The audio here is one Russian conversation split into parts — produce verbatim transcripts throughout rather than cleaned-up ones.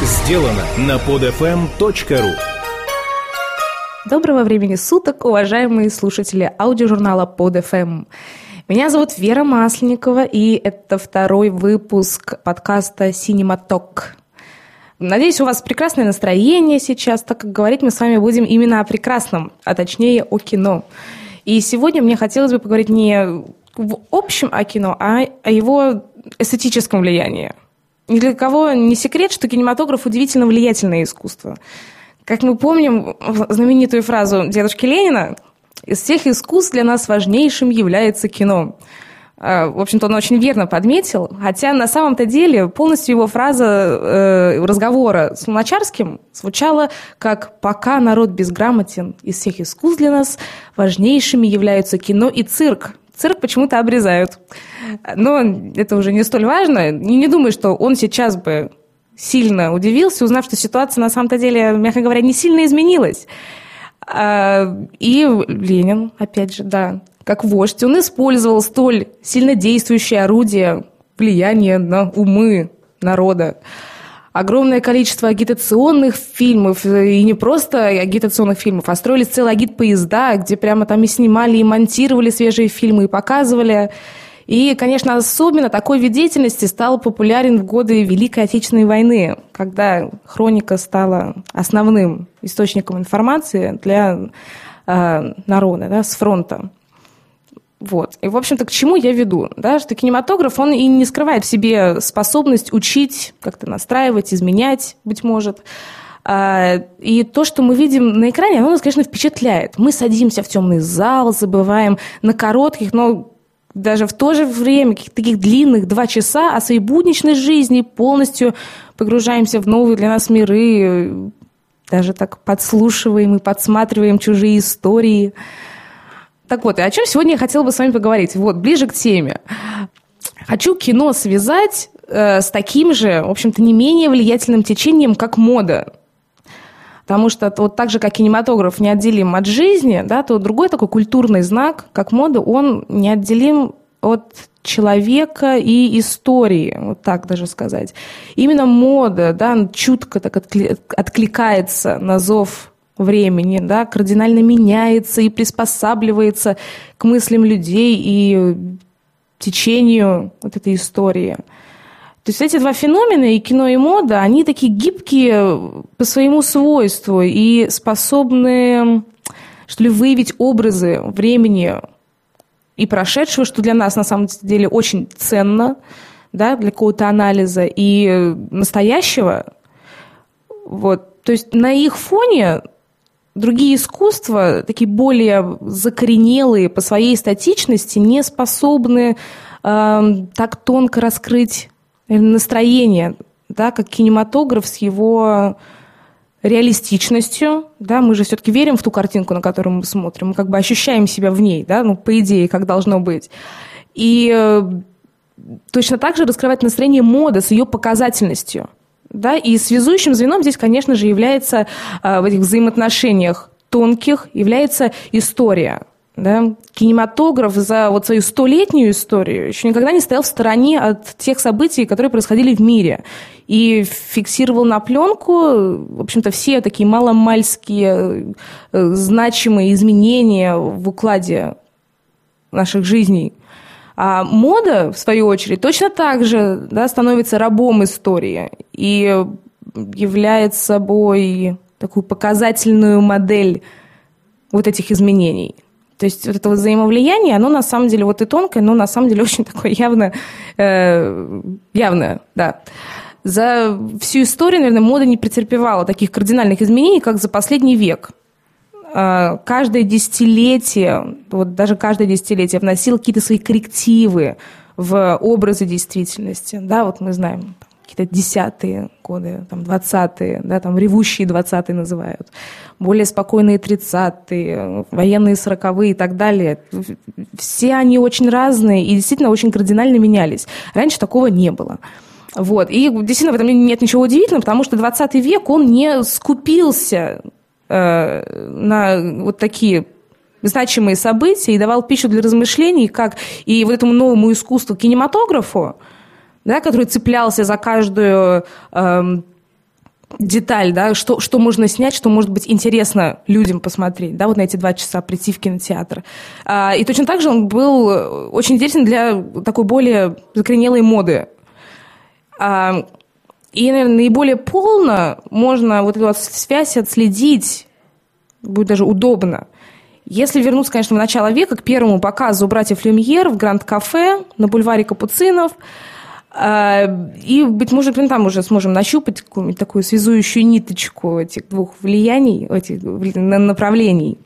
Сделано на подфм точка ру. Доброго времени суток, уважаемые слушатели аудиожурнала Под эф эм. Меня зовут Вера Масленникова, и это второй выпуск подкаста «Синематок». Надеюсь, у вас прекрасное настроение сейчас, так как говорить мы с вами будем именно о прекрасном, а точнее о кино. И сегодня мне хотелось бы поговорить не в общем о кино, а о его эстетическом влиянии. Ни для кого не секрет, что кинематограф удивительно влиятельное искусство. Как мы помним знаменитую фразу дедушки Ленина: «Из всех искусств для нас важнейшим является кино». В общем-то, он очень верно подметил, хотя на самом-то деле полностью его фраза э, разговора с Луначарским звучала как «пока народ безграмотен, из всех искусств для нас важнейшими являются кино и цирк». Цирк почему-то обрезают. Но это уже не столь важно. И не думаю, что он сейчас бы сильно удивился, узнав, что ситуация на самом-то деле, мягко говоря, не сильно изменилась. И Ленин, опять же, да, как вождь, он использовал столь сильнодействующее орудие влияния на умы народа. Огромное количество агитационных фильмов, и не просто агитационных фильмов, а строились целые агитпоезда, где прямо там и снимали, и монтировали свежие фильмы, и показывали. И, конечно, особенно такой вид деятельности стал популярен в годы Великой Отечественной войны, когда хроника стала основным источником информации для э, народа, да, с фронта. Вот. И, в общем-то, к чему я веду? Да, что кинематограф, он и не скрывает в себе способность учить, как-то настраивать, изменять, быть может. И то, что мы видим на экране, оно нас, конечно, впечатляет. Мы садимся в темный зал, забываем на коротких, но даже в то же время, таких длинных два часа о своей будничной жизни, полностью погружаемся в новые для нас миры, даже так подслушиваем и подсматриваем чужие истории. Так вот, и о чем сегодня я хотела бы с вами поговорить? Вот, ближе к теме. Хочу кино связать э, с таким же, в общем-то, не менее влиятельным течением, как мода. Потому что вот так же, как кинематограф неотделим от жизни, да, то другой такой культурный знак, как мода, он неотделим от человека и истории, вот так даже сказать. Именно мода, да, чутко так откли- откликается на зов времени, да, кардинально меняется и приспосабливается к мыслям людей и течению вот этой истории. То есть эти два феномена, и кино, и мода, они такие гибкие по своему свойству и способны, что ли, выявить образы времени и прошедшего, что для нас на самом деле очень ценно, да, для какого-то анализа, и настоящего. Вот. То есть на их фоне другие искусства, такие более закоренелые по своей статичности, не способны э, так тонко раскрыть настроение, да, как кинематограф с его реалистичностью. Да, мы же все-таки верим в ту картинку, на которую мы смотрим, мы как бы ощущаем себя в ней, да, ну, по идее, как должно быть. И э, точно так же раскрывать настроение моды с ее показательностью. Да, и связующим звеном здесь, конечно же, является э, в этих взаимоотношениях тонких, является история. Да. Кинематограф за вот свою столетнюю историю еще никогда не стоял в стороне от тех событий, которые происходили в мире. И фиксировал на пленку, в общем-то, все такие маломальские э, значимые изменения в укладе наших жизней. А мода, в свою очередь, точно так же, да, становится рабом истории и является собой такую показательную модель вот этих изменений. То есть вот это вот взаимовлияние, оно на самом деле вот и тонкое, но на самом деле очень такое явное, э, явное, да. За всю историю, наверное, мода не претерпевала таких кардинальных изменений, как за последний век. Каждое десятилетие, вот даже каждое десятилетие вносило какие-то свои коррективы в образы действительности. Да, вот мы знаем какие-то десятые годы, там, двадцатые, да, там, ревущие двадцатые называют, более спокойные тридцатые, военные сороковые и так далее. Все они очень разные и действительно очень кардинально менялись. Раньше такого не было. Вот. И действительно в этом нет ничего удивительного, потому что двадцатый век, он не скупился э, на вот такие значимые события и давал пищу для размышлений, как и вот этому новому искусству, кинематографу, да, который цеплялся за каждую э, деталь, да, что, что можно снять, что может быть интересно людям посмотреть, да, вот на эти два часа прийти в кинотеатр. А, и точно так же он был очень интересен для такой более закоренелой моды. А, и, наверное, наиболее полно можно вот эту вот связь отследить, будет даже удобно, если вернуться, конечно, в начало века, к первому показу братьев Люмьер в Гранд-кафе на бульваре Капуцинов. И, быть может, мы там уже сможем нащупать какую-нибудь такую связующую ниточку этих двух влияний, этих направлений.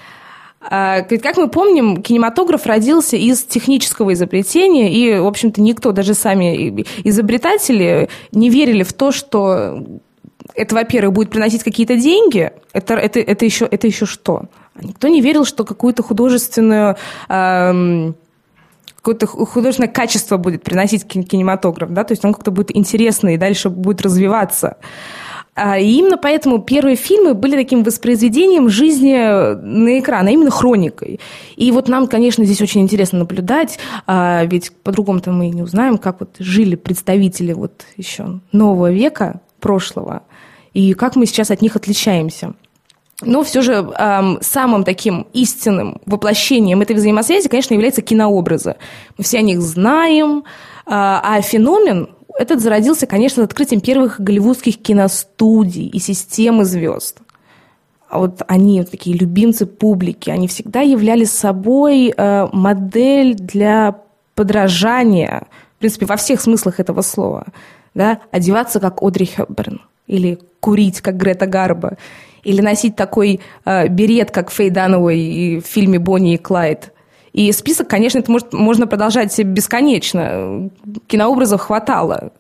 Как мы помним, кинематограф родился из технического изобретения, и, в общем-то, никто, даже сами изобретатели, не верили в то, что это, во-первых, будет приносить какие-то деньги. Это, это, это, еще, это еще что? Никто не верил, что какую-то художественную... Эм, какое-то художественное качество будет приносить кинематограф, да, то есть он как-то будет интересный и дальше будет развиваться. И именно поэтому первые фильмы были таким воспроизведением жизни на экран, а именно хроникой. И вот нам, конечно, здесь очень интересно наблюдать, ведь по-другому-то мы не узнаем, как вот жили представители вот еще нового века, прошлого, и как мы сейчас от них отличаемся. Но все же эм, самым таким истинным воплощением этой взаимосвязи, конечно, являются кинообразы. Мы все о них знаем, э, а феномен этот зародился, конечно, с открытием первых голливудских киностудий и системы звезд. А вот они, вот такие любимцы публики, они всегда являли собой э, модель для подражания, в принципе, во всех смыслах этого слова. Да? Одеваться, как Одри Хепберн, или курить, как Грета Гарбо, или носить такой э, берет, как Фэй Данауэй в фильме «Бонни и Клайд». И список, конечно, это может, можно продолжать бесконечно. Кинообразов хватало.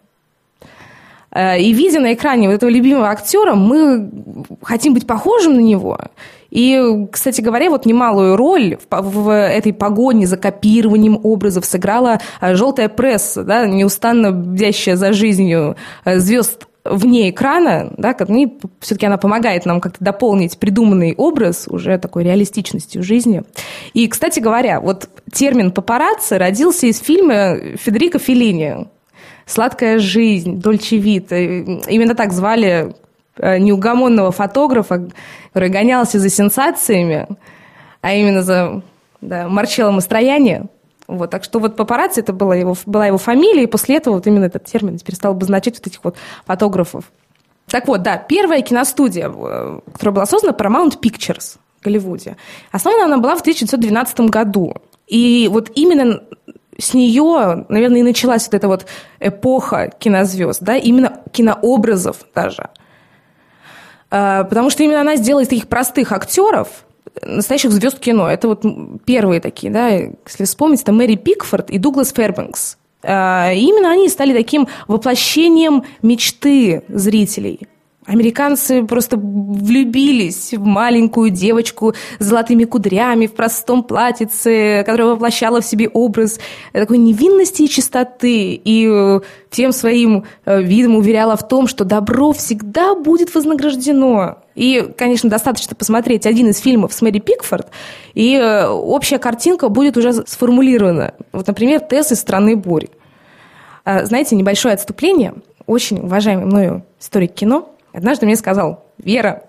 Э, и видя на экране вот этого любимого актера, мы хотим быть похожим на него. И, кстати говоря, вот немалую роль в, в этой погоне за копированием образов сыграла желтая пресса, да, неустанно бдящая за жизнью звезд вне экрана, да, все-таки она помогает нам как-то дополнить придуманный образ уже такой реалистичностью жизни. И, кстати говоря, вот термин «папарацци» родился из фильма Федерико Феллини «Сладкая жизнь», «Дольче Вита». Именно так звали неугомонного фотографа, который гонялся за сенсациями, а именно за да, Марчелло Мастроянни. Вот, так что вот папарацци это была его, была его фамилия, и после этого вот именно этот термин перестал обозначать вот этих вот фотографов. Так вот, да, первая киностудия, которая была создана, Paramount Pictures в Голливуде. Основана она была в тысяча девятьсот двенадцатом году. И вот именно с нее, наверное, и началась вот эта вот эпоха кинозвезд, да, именно кинообразов даже. Потому что именно она сделала из таких простых актеров настоящих звезд кино. Это вот первые такие, да, если вспомнить, это Мэри Пикфорд и Дуглас Фэрбэнкс. И именно они стали таким воплощением мечты зрителей. Американцы просто влюбились в маленькую девочку с золотыми кудрями, в простом платьице, которая воплощала в себе образ такой невинности и чистоты, и всем своим видом уверяла в том, что добро всегда будет вознаграждено. И, конечно, достаточно посмотреть один из фильмов с Мэри Пикфорд, и общая картинка будет уже сформулирована. Вот, например, «Тесс из страны бурь». Знаете, небольшое отступление. Очень уважаемый мною историк кино однажды мне сказал: «Вера,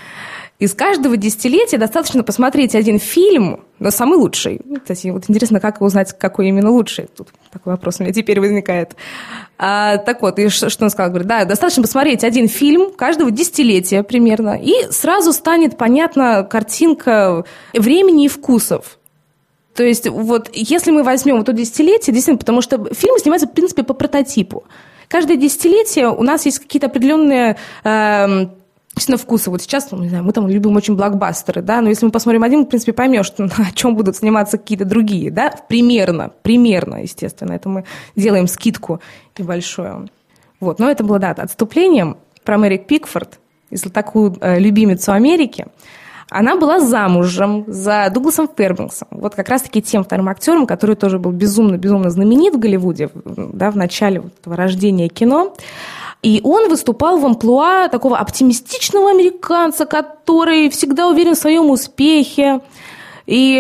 из каждого десятилетия достаточно посмотреть один фильм, но самый лучший». Кстати, вот интересно, как узнать, какой именно лучший. Тут такой вопрос у меня теперь возникает. А, так вот, и что, что он сказал? Говорит, да, достаточно посмотреть один фильм каждого десятилетия примерно, и сразу станет понятна картинка времени и вкусов. То есть вот если мы возьмем вот то десятилетие, действительно, потому что фильмы снимаются, в принципе, по прототипу. Каждое десятилетие у нас есть какие-то определенные э, вкусы. Вот сейчас, не знаю, мы там любим очень блокбастеры, да, но если мы посмотрим один, в принципе, поймем, что, о чем будут сниматься какие-то другие, да, примерно, примерно, естественно, это мы делаем скидку небольшую. Вот, но это было, да, отступлением про Мэри Пикфорд, если такую э, любимицу Америки. Она была замужем за Дугласом Фэрбэнксом, вот как раз-таки тем вторым актером, который тоже был безумно-безумно знаменит в Голливуде, да, в начале вот этого рождения кино. И он выступал в амплуа такого оптимистичного американца, который всегда уверен в своем успехе. И,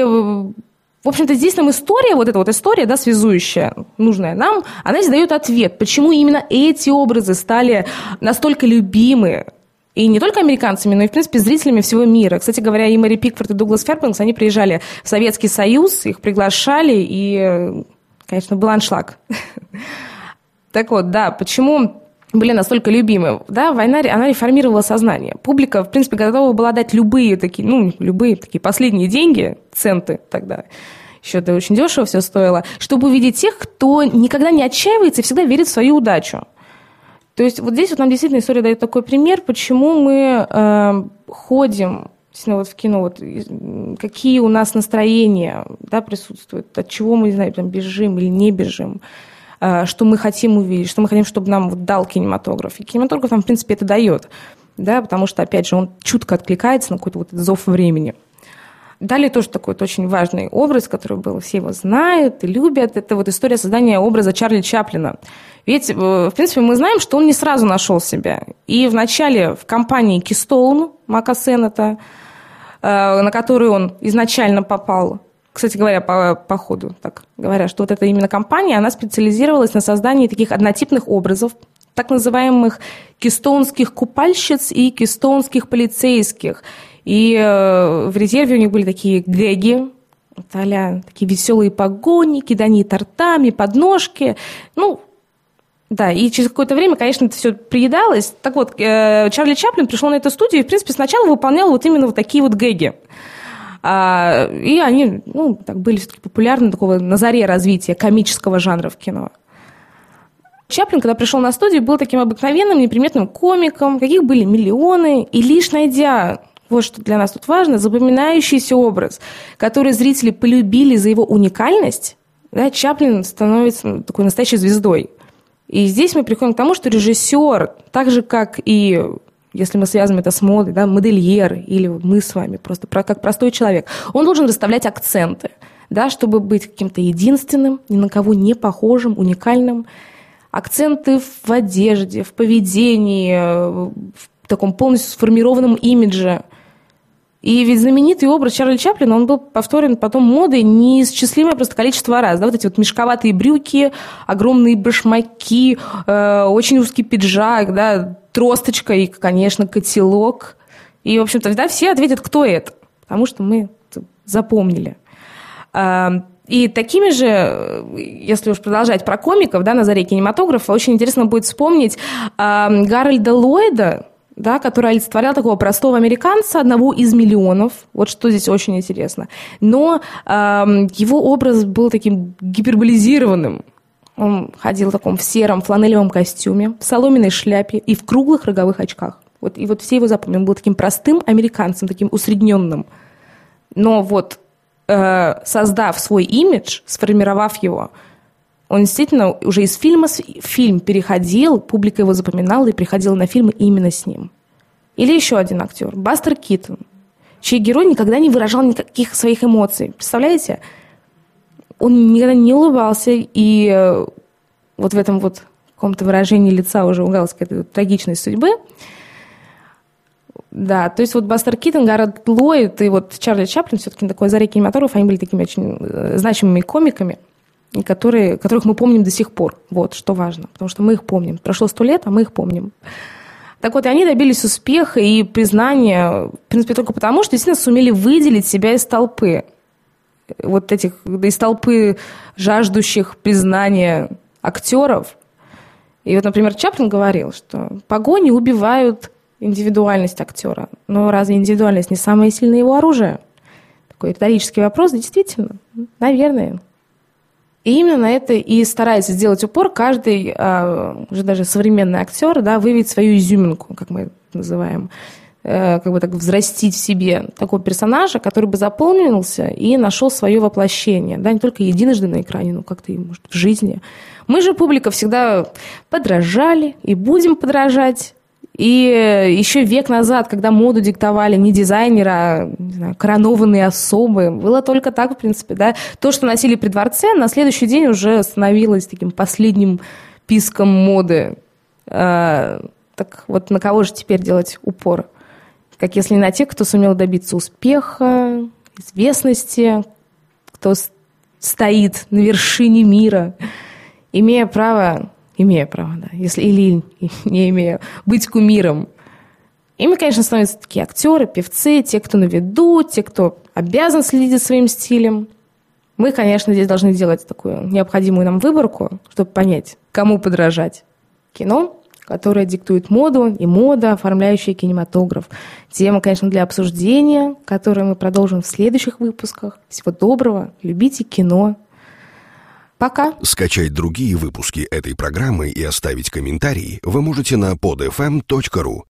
в общем-то, здесь нам история, вот эта вот история, да, связующая, нужная нам, она здесь дает ответ, почему именно эти образы стали настолько любимы И не только американцами, но и, в принципе, зрителями всего мира. Кстати говоря, и Мэри Пикфорд, и Дуглас Фербенкс, они приезжали в Советский Союз, их приглашали, и, конечно, был аншлаг. Так вот, да, почему были настолько любимы? Да, война, она реформировала сознание. Публика, в принципе, готова была дать любые такие, ну, любые такие последние деньги, центы тогда, еще это очень дешево все стоило, чтобы увидеть тех, кто никогда не отчаивается и всегда верит в свою удачу. То есть вот здесь вот нам действительно история дает такой пример, почему мы э, ходим действительно вот в кино, вот, какие у нас настроения, да, присутствуют, от чего мы, не знаю, там, бежим или не бежим, э, что мы хотим увидеть, что мы хотим, чтобы нам вот дал кинематограф. И кинематограф нам, в принципе, это дает, да, потому что, опять же, он чутко откликается на какой-то вот зов времени. Далее тоже такой вот очень важный образ, который был, все его знают и любят, это вот история создания образа Чарли Чаплина. Ведь, в принципе, мы знаем, что он не сразу нашел себя. И вначале в компании Keystone, Мака Сеннета, на которую он изначально попал, кстати говоря, по, по ходу, так говоря, что вот эта именно компания, она специализировалась на создании таких однотипных образов, так называемых кистонских купальщиц и кистонских полицейских. И в резерве у них были такие гэги, а-ля такие веселые погони, кидание тортами, подножки. Ну, да, и через какое-то время, конечно, это все приедалось. Так вот, Чарли Чаплин пришел на эту студию и, в принципе, сначала выполнял вот именно вот такие вот гэги. И они, ну, так были все-таки популярны, такого на заре развития комического жанра в кино. Чаплин, когда пришел на студию, был таким обыкновенным, неприметным комиком, каких были миллионы, и лишь найдя, вот что для нас тут важно, запоминающийся образ, который зрители полюбили за его уникальность, да, Чаплин становится такой настоящей звездой. И здесь мы приходим к тому, что режиссер, так же, как и, если мы связываем это с модой, да, модельер, или мы с вами, просто как простой человек, он должен расставлять акценты, да, чтобы быть каким-то единственным, ни на кого не похожим, уникальным. Акценты в одежде, в поведении, в таком полностью сформированном имидже. И ведь знаменитый образ Чарли Чаплина, он был повторен потом модой неисчислимое просто количество раз. Да, вот эти вот мешковатые брюки, огромные башмаки, э, очень узкий пиджак, да, тросточка и, конечно, котелок. И, в общем-то, да, все ответят, кто это, потому что мы запомнили. И такими же, если уж продолжать про комиков, да, на заре кинематографа, очень интересно будет вспомнить э, Гарольда Ллойда, да, который олицетворял такого простого американца, одного из миллионов. Вот что здесь очень интересно. Но э, его образ был таким гиперболизированным. Он ходил в таком в сером фланелевом костюме, в соломенной шляпе и в круглых роговых очках. Вот, и вот все его запомнили. Он был таким простым американцем, таким усредненным. Но вот создав свой имидж, сформировав его, он действительно уже из фильма в фильм переходил, публика его запоминала и приходила на фильмы именно с ним. Или еще один актер, Бастер Китон, чей герой никогда не выражал никаких своих эмоций. Представляете? Он никогда не улыбался, и вот в этом вот каком-то выражении лица уже угадалась какая-то трагичность судьбы. Да, то есть вот Бастер Китон, Гарольд Ллойд и вот Чарли Чаплин, все-таки на такой заре кинематографа, они были такими очень значимыми комиками, которые, которых мы помним до сих пор. Вот, что важно, потому что мы их помним. Прошло сто лет, а мы их помним. Так вот, и они добились успеха и признания, в принципе, только потому, что действительно сумели выделить себя из толпы. Вот этих, из толпы жаждущих признания актеров. И вот, например, Чаплин говорил, что погони убивают индивидуальность актера. Но разве индивидуальность не самое сильное его оружие? Такой риторический вопрос. Действительно, наверное. И именно на это и старается сделать упор каждый, а, уже даже современный актер, да, выявить свою изюминку, как мы это называем, э, как бы так взрастить в себе такого персонажа, который бы заполнился и нашел свое воплощение. Да, не только единожды на экране, но как-то и, может, в жизни. Мы же, публика, всегда подражали и будем подражать. И еще век назад, когда моду диктовали не дизайнеры, а, не знаю, коронованные особы, было только так, в принципе, да. То, что носили при дворце, на следующий день уже становилось таким последним писком моды. А, так вот на кого же теперь делать упор? Как если не на тех, кто сумел добиться успеха, известности, кто стоит на вершине мира, имея право... Имея право, да, если или не имея, быть кумиром. Ими, конечно, становятся такие актеры, певцы, те, кто на виду, те, кто обязан следить за своим стилем. Мы, конечно, здесь должны делать такую необходимую нам выборку, чтобы понять, кому подражать. Кино, которое диктует моду, и мода, оформляющая кинематограф. Тема, конечно, для обсуждения, которую мы продолжим в следующих выпусках. Всего доброго, любите кино. Пока. Скачать другие выпуски этой программы и оставить комментарии вы можете на под эф эм точка ру.